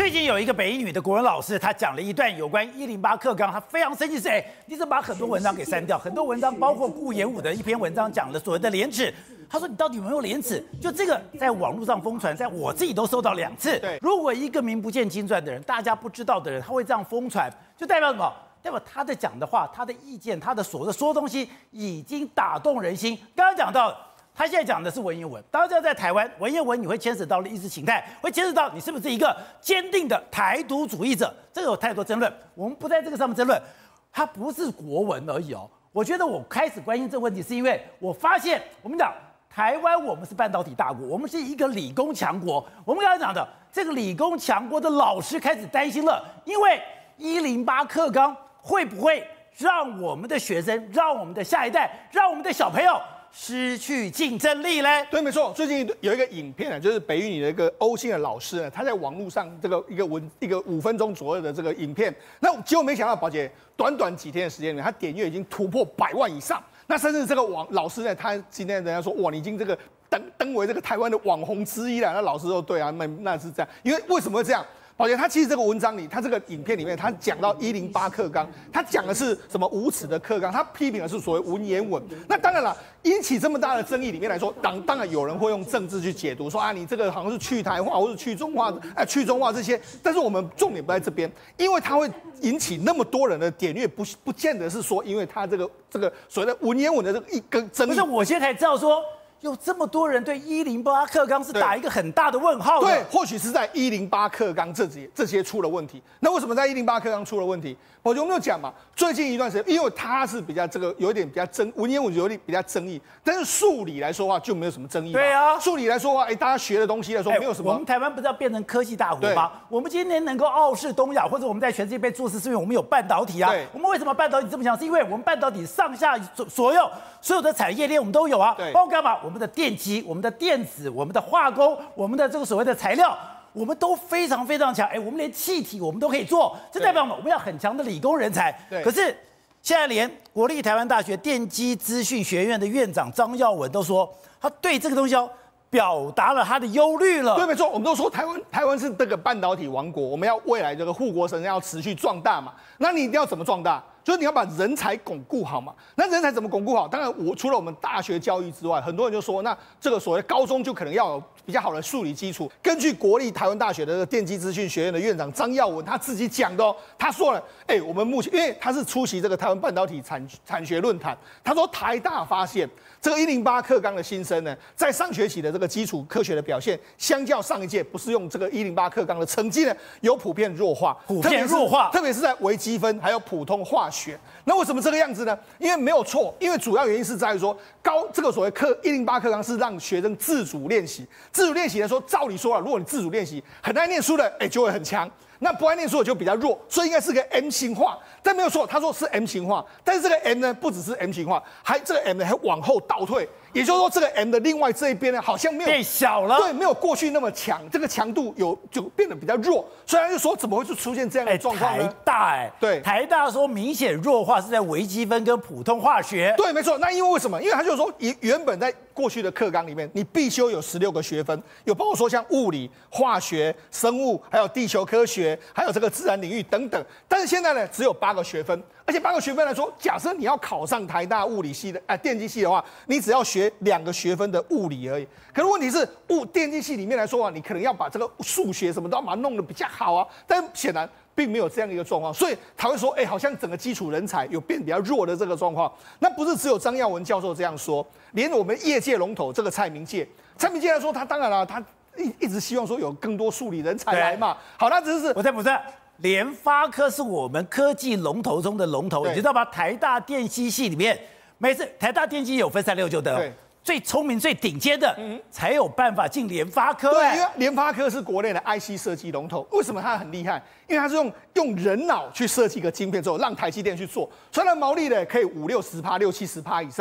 最近有一个北一女的国文老师，他讲了一段有关108课纲，他非常生气，是你怎么把很多文章给删掉？很多文章，包括顾炎武的一篇文章，讲了所谓的廉耻。他说你到底有没有廉耻？就这个在网络上疯传，在我自己都收到2次。 对， 如果一个名不见经传的人，大家不知道的人，他会这样疯传，就代表什么？代表他的讲的话、他的意见、他的所说的东西已经打动人心。刚刚讲到了。他现在讲的是文言文，当然这在台湾文言文你会牵扯到了意识形态，会牵扯到你是不是一个坚定的台独主义者，这个有太多争论，我们不在这个上面争论。它不是国文而已哦。我觉得我开始关心这个问题，是因为我发现我们讲台湾，我们是半导体大国，我们是一个理工强国。我们刚才讲的这个理工强国的老师开始担心了，因为108课纲会不会让我们的学生、让我们的下一代、让我们的小朋友失去竞争力嘞？ 对，没错。最近有一个影片就是北一女的一个欧姓的老师呢，他在网络上这个一个5分钟左右的这个影片，那结果没想到，宝姐短短几天的时间里面，他点阅已经突破100万以上。那甚至这个老师呢，他今天人家说哇，你已经这个登为这个台湾的网红之一了。那老师说对啊，那是这样，因为为什么会这样？宝姐，他其实这个文章里，他这个影片里面，他讲到108课纲，他讲的是什么无耻的课纲，他批评的是所谓文言文。那当然了，引起这么大的争议里面来说，当然有人会用政治去解读，说啊，你这个好像是去台化或是去中化，去中化这些。但是我们重点不在这边，因为它会引起那么多人的点阅，不见得是说，因为他这个所谓的文言文的这个一根争议。 不是，我现在才知道说。有这么多人对108课纲是打一个很大的问号的。 对，或许是在108课纲这些出了问题。那为什么在108课纲出了问题？我就没有讲嘛。最近一段时间，因为它是比较有一点比较文言文有点比较争议，但是数理来说的话就没有什么争议。 对啊， 数理来说的话，大家学的东西来说没有什么。 我们台湾不是要变成科技大国吗？我们今天能够傲视东亚，或者我们在全世界被注视，是因为我们有半导体啊。我们为什么半导体这么强？是因为我们半导体上下所有的产业链我们都有啊。包括干嘛？我们的电机、我们的电子、我们的化工、我们的这个所谓的材料。我们都非常非常强，我们连气体我们都可以做，这代表我们要很强的理工人才。可是现在连国立台湾大学电机资讯学院的院长张耀文都说，他对这个东西表达了他的忧虑了。 对，没错，我们都说台湾是这个半导体王国，我们要未来这个护国神山要持续壮大嘛。那你一定要怎么壮大？就是你要把人才巩固好嘛。那人才怎么巩固好？当然，除了我们大学教育之外，很多人就说，那这个所谓高中就可能要有比较好的数理基础。根据国立台湾大学的这个电机资讯学院的院长张耀文他自己讲的哦，他说了，我们目前因为他是出席这个台湾半导体产学论坛，他说台大发现这个108课纲的新生呢，在上学期的这个基础科学的表现，相较上一届不是用这个108课纲的成绩呢，有普遍弱化，特别是在微积分还有普通化学。那为什么这个样子呢？因为没有错，因为主要原因是在于说这个所谓108课纲是让学生自主练习。自主练习来说，照理说啊，如果你自主练习，很爱念书的，就会很强；那不爱念书的就比较弱，所以应该是个 M 型化。但没有错，他说是 M 型化，但是这个 M 呢，不只是 M 型化，这个 M 呢还往后倒退，也就是说，这个 M 的另外这一边呢，好像没有变小了， 对，没有过去那么强，这个强度就变得比较弱。所以他就说，怎么会出现这样的状况呢？台大说明显弱化是在微积分跟普通化学。对，没错。那因为什么？因为他就说，原本在过去的课纲里面，你必修有16个学分，有包括说像物理、化学、生物，还有地球科学，还有这个自然领域等等。但是现在呢，只有8个学分。而且8个学分来说，假设你要考上台大物理系的电机系的话，你只要学2个学分的物理而已。可是问题是，电机系里面来说啊，你可能要把这个数学什么都要把它弄得比较好啊。但显然并没有这样的一个状况，所以他会说，好像整个基础人才有变比较弱的这个状况。那不是只有张耀文教授这样说，连我们业界龙头这个蔡明介来说，他当然了，他一直希望说有更多数理人才来嘛。好，那只是我再补充。联发科是我们科技龙头中的龙头，你知道吗？台大电机系里面，每次台大电机有分369的，最聪明、最顶尖的，才有办法进联发科。 对，因为联发科是国内的 IC 设计龙头。为什么它很厉害？因为它是用人脑去设计一个晶片之后，让台积电去做，所以它的毛利呢可以50%、60%、60%、70%以上。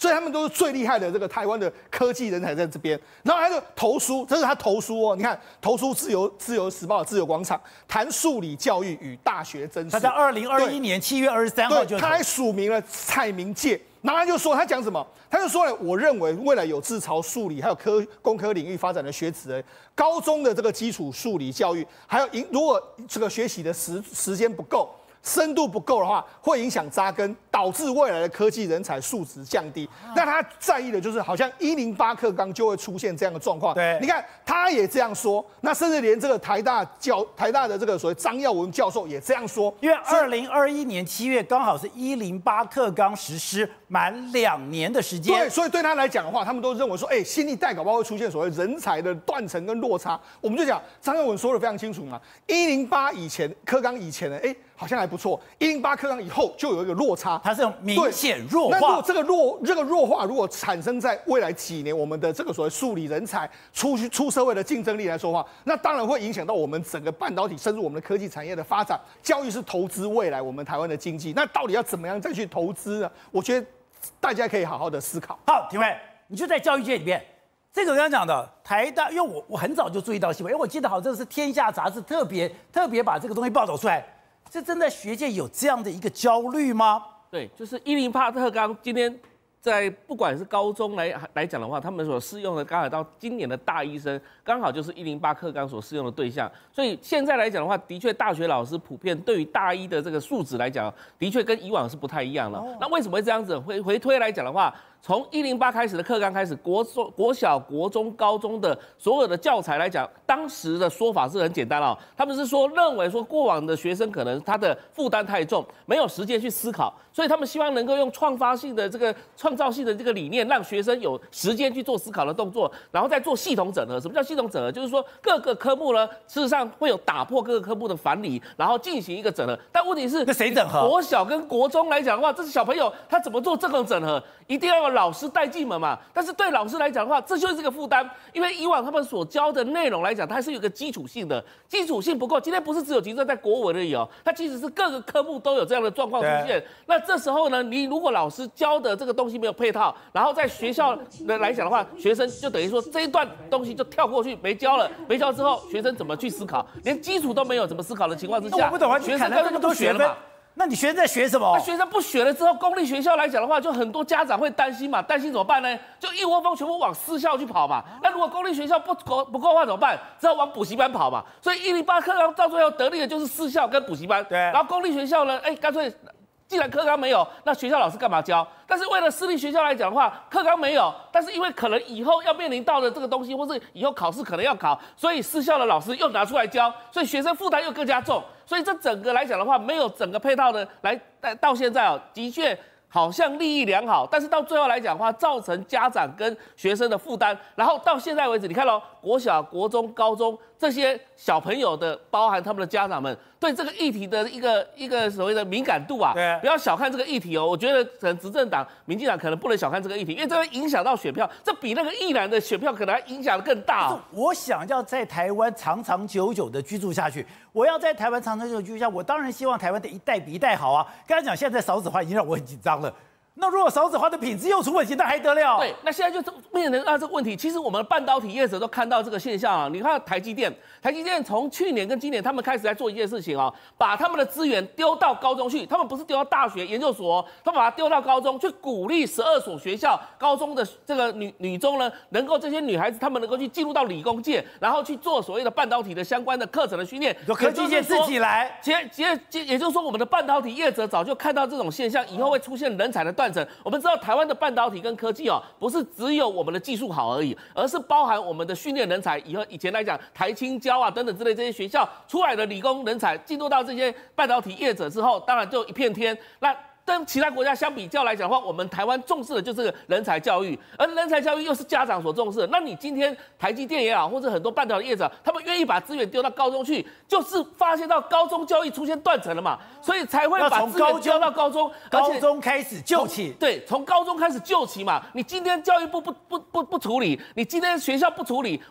所以他们都是最厉害的这个台湾的科技人才在这边。然后他就投书，这是他投书哦，你看投书自由时报的自由广场谈数理教育与大学真实。 他在2021年7月23号就他还署名了蔡明介。然后他就说，他讲什么？他就说了，我认为未来有志朝数理还有工科领域发展的学子人，高中的这个基础数理教育，还有如果这个学习的时间不够，深度不够的话，会影响扎根，导致未来的科技人才素质降低。那他在意的就是，好像108课纲就会出现这样的状况。 对， 你看他也这样说，那甚至连这个台大的这个所谓张耀文教授也这样说。 因为2021年7月刚好是108课纲实施满2年的时间。 对，所以对他来讲的话，他们都认为说，新一代搞不好会出现所谓人才的断层跟落差。我们就讲张耀文说的非常清楚嘛，108以前课纲以前呢，好像还不错，108课纲以后就有一个落差， 它是明显弱化。 那如果这个弱化如果产生在未来几年，我们的这个所谓数理人才出社会的竞争力来说的话，那当然会影响到我们整个半导体深入我们的科技产业的发展。教育是投资未来我们台湾的经济，那到底要怎么样再去投资呢？我觉得大家可以好好的思考。 好，廷伟，你就在教育界里面。这个我刚刚讲的台大，因为我很早就注意到新闻，因为我记得好像这是《天下》杂志特别把这个东西报道出来。这真的学界有这样的一个焦虑吗？ 对，就是108课纲今天在不管是高中来讲的话，他们所适用的刚好到今年的大一生，刚好就是108课纲所适用的对象。所以现在来讲的话，的确大学老师普遍对于大一的这个素质来讲，的确跟以往是不太一样了。那为什么会这样子？回推来讲的话，从108开始的课纲开始，国小、国中、高中的所有的教材来讲，当时的说法是很简单哦，他们是认为过往的学生可能他的负担太重，没有时间去思考，所以他们希望能够用创造性的这个理念，让学生有时间去做思考的动作，然后再做系统整合。什么叫系统整合？就是说各个科目呢，事实上会有打破各个科目的藩篱，然后进行一个整合。但问题是， 那谁整合？ 国小跟国中来讲的话，这是小朋友他怎么做这种整合？一定要有老师带进门嘛。但是对老师来讲的话，这就是一个负担，因为以往他们所教的内容来讲，它是有一个基础性的，基础性不够。今天不是只有集中在国文而已哦，它其实是各个科目都有这样的状况出现。那这时候呢，你如果老师教的这个东西没有配套，然后在学校来讲的话，学生就等于说这一段东西就跳过去没教了，没教之后，学生怎么去思考？连基础都没有，怎么思考的情况之下， 我不懂啊， 学生根本就不学了嘛。 那你学生在学什么？ 那学生不学了之后，公立学校来讲的话，就很多家长会担心嘛，担心怎么办呢？就一窝蜂全部往私校去跑嘛。那如果公立学校不够的话怎么办？只好往补习班跑嘛。所以108课纲到最后得利的就是私校跟补习班。 对。 然后公立学校呢，干脆既然课纲没有，那学校老师干嘛教？但是为了私立学校来讲的话，课纲没有，但是因为可能以后要面临到的这个东西，或是以后考试可能要考，所以私校的老师又拿出来教，所以学生负担又更加重。所以这整个来讲的话，没有整个配套的到现在的确好像利益良好，但是到最后来讲的话，造成家长跟学生的负担。然后到现在为止，你看咯，国小、国中、高中这些小朋友的，包含他们的家长们对这个议题的一个所谓的敏感度啊，不要小看这个议题哦。我觉得可能执政党、民进党可能不能小看这个议题，因为这会影响到选票，这比那个宜兰的选票可能还影响得更大哦。 我想要在台湾长长久久的居住下去，我要在台湾长长久久居住下去，我当然希望台湾的一代比一代好啊。刚才讲现在少子化已经让我很紧张了。那如果少子化的品质又出问题，那还得了？ 对，那现在就面临到这个问题。其实我们半导体业者都看到这个现象啊。你看台积电从去年跟今年，他们开始在做一件事情哦，把他们的资源丢到高中去。他们不是丢到大学、研究所，他们把它丢到高中，去鼓励12所学校高中的这个女中呢，能够这些女孩子她们能够去进入到理工界，然后去做所谓的半导体的相关的课程的训练。 有科技界自己来， 也就是说，我们的半导体业者早就看到这种现象，以后会出现人才的断层。我们知道台湾的半导体跟科技哦，不是只有我们的技术好而已，而是包含我们的训练人才。以前来讲，台清交啊等等之类这些学校出来的理工人才，进入到这些半导体业者之后，当然就一片天。那跟其他国家相比较来讲的话，我们台湾重视的就是人才教育，而人才教育又是家长所重视的。那你今天台积电也好，或者很多半导体业者，他们愿意把资源丢到高中去，就是发现到高中教育出现断层了嘛，所以才会把资源丢到高中， 高中开始救起。 对，从高中开始救起嘛。你今天教育部不处理，你今天学校不处理，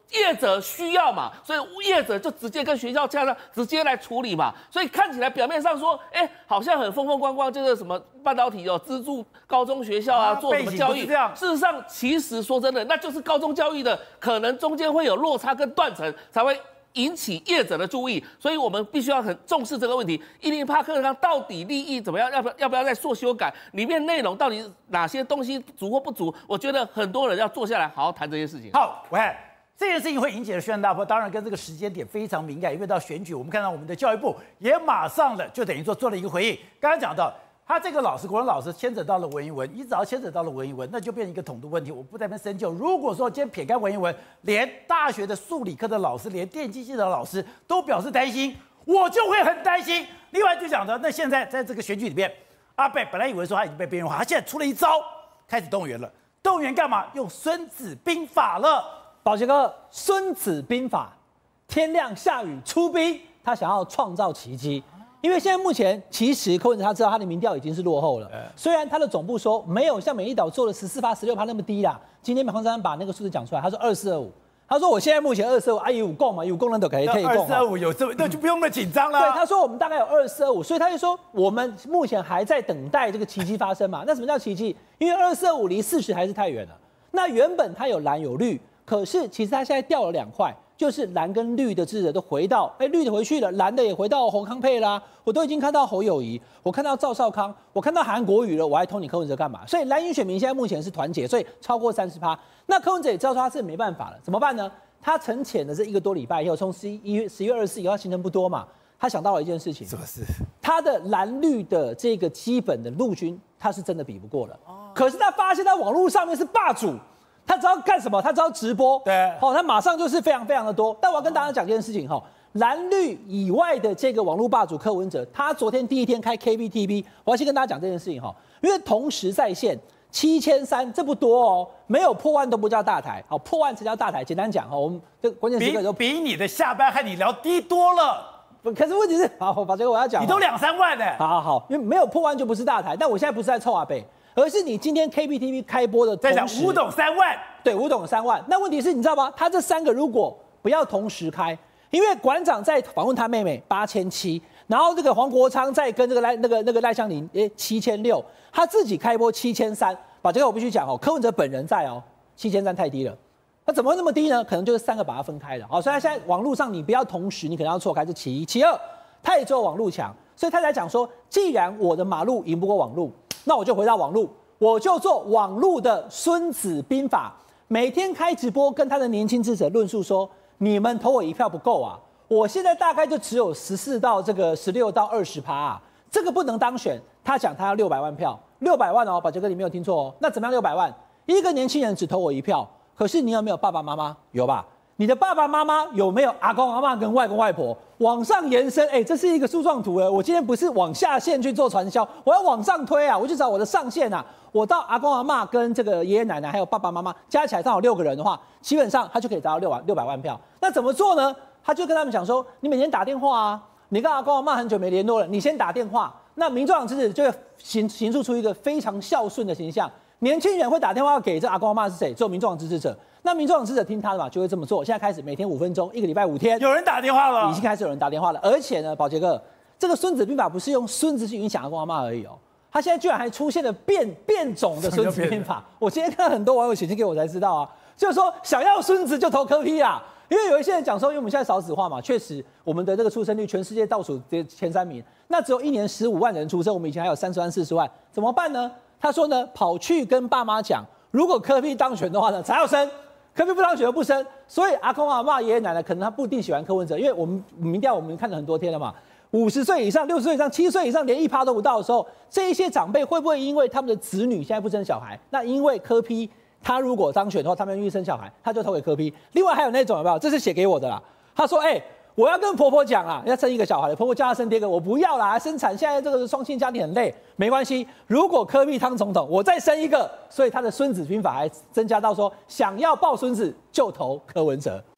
业者需要嘛，所以业者就直接跟学校洽商，直接来处理嘛。所以看起来表面上说，好像很风风光光，就是什么半导体资助高中学校啊，做什么教育。事实上，其实说真的，那就是高中教育的可能中间会有落差跟断层，才会引起业者的注意。所以我们必须要很重视这个问题。108课纲到底利益怎么样？要不要再做修改？里面内容到底哪些东西足或不足？我觉得很多人要坐下来好好谈这些事情。 好，我看。这件事情会引起的轩然大波，当然跟这个时间点非常敏感，因为到选举，我们看到我们的教育部也马上了，就等于说做了一个回应。刚刚讲到，他这个老师，国文老师牵扯到了文言文，你只要牵扯到了文言文，那就变成一个统独问题。我不在那边深究。如果说今天撇开文言文，连大学的数理科的老师，连电机系的老师都表示担心，我就会很担心。另外就讲的，那现在在这个选举里面，阿贝本来以为说他已经被边缘化，他现在出了一招，开始动员了。动员干嘛？用《孙子兵法》了。 宝杰哥，《孙子兵法》，天亮下雨出兵，他想要创造奇迹。因为现在目前其实柯文哲他知道他的民调已经是落后了，虽然他的总部说没有像美丽岛做的14%、16%那么低啦，今天黄珊珊把那个数字讲出来，他说2425，他说我现在目前2425，啊有够嘛，有功能都可以供 ，2425有这那就不用那么紧张了。 对，他说我们大概有2425，所以他就说我们目前还在等待这个奇迹发生嘛。那什么叫奇迹？因为2425离40还是太远了。那原本它有蓝有绿。可是其实他现在掉了2块，就是蓝跟绿的支持者都回到，绿的回去了，蓝的也回到侯康配啦。我都已经看到侯友宜，我看到赵少康，我看到韩国瑜了，我还投你柯文哲干嘛？所以蓝营选民现在目前是团结，所以超过30%。那柯文哲也知道说他是没办法了，怎么办呢？他沉潜的这1个多礼拜以后，从11月24以后，他行程不多嘛，他想到了一件事情， 什么事？他的蓝绿的这个基本的陆军，他是真的比不过了。可是他发现他网络上面是霸主。他知道干什么？他知道直播， 对， 他马上就是非常非常的多。但我要跟大家讲一件事情，蓝绿以外的这个网络霸主柯文哲，他昨天第一天开 KBTV， 我要先跟大家讲这件事情，因为同时在线7300，这不多哦，没有破万都不叫大台，破万才叫大台。简单讲，我们这关键时刻比你的下班和你聊低多了。 可是问题是，好，把这个我要讲， 你都2、3万呢。 好，因为没有破万就不是大台。但我现在不是在臭阿北。而是你今天 KBTV 开播的同时， 在讲5董3万， 对，5董3万。那问题是，你知道吗？他这3个如果不要同时开，因为馆长在访问他妹妹8700，然后这个黄国昌在跟这个赖香伶7600，他自己开播7300。把这个我必须讲柯文哲本人在7300太低了。那怎么会那么低呢？可能就是3个把它分开了。所以他现在网络上你不要同时，你可能要错开，是其一。其二，他也只有网络强，所以他才讲说，既然我的马路赢不过网络。那我就回到网路，我就做网路的《孙子兵法》，每天开直播跟他的年轻支持者论述说，你们投我1票不够啊，我现在大概就只有14到16到20%啊，这个不能当选。他讲他要600万票，600万把这个你没有听错那怎么样600万？一个年轻人只投我1票，可是你有没有爸爸妈妈？有吧？你的爸爸妈妈有没有阿公阿嬷跟外公外婆？往上延伸，这是一个树状图我今天不是往下线去做传销，我要往上推啊！我去找我的上线啊！我到阿公阿嬷跟这个爷爷奶奶还有爸爸妈妈加起来刚好6个人的话，基本上他就可以达到600万票。那怎么做呢？他就跟他们讲说，你每天打电话啊，你跟阿公阿嬷很久没联络了，你先打电话。那民众党支持就会形塑出一个非常孝顺的形象。年轻人会打电话给这阿公阿嬷是谁？只有民众党支持者。那民众党支持者听他的嘛，就会这么做。现在开始每天5分钟，1个礼拜5天， 有人打电话了， 已经开始有人打电话了。而且呢，宝杰哥，这个《孙子兵法》不是用孙子去影响阿公阿嬷而已他现在居然还出现了变种的《孙子兵法》。我今天看到很多网友写信给我才知道就是说想要孙子就投柯 P 啊。因为有一些人讲说，因为我们现在少子化嘛，确实我们的这个出生率全世界倒数前3名，那只有1年15万人出生，我们以前还有30万、40万，怎么办呢？他说呢，跑去跟爸妈讲，如果柯 P 当选的话呢，才要生。柯 P 不当选就不生，所以阿公阿嬷、爷爷奶奶可能他不一定喜欢柯文哲，因为我们民调我们看了很多天了嘛，50岁以上、60岁以上、70岁以上连1%都不到的时候，这一些长辈会不会因为他们的子女现在不生小孩，那因为柯 P 他如果当选的话，他们愿意生小孩，他就投给柯 P。另外还有那种有没有？这是写给我的啦，他说我要跟婆婆讲啊，要生1个小孩的，婆婆叫她生第2个，我不要啦，生产现在这个双薪家庭很累，没关系。如果柯 P 当总统，我再生1个，所以他的《孙子兵法》还增加到说，想要抱孙子就投柯文哲。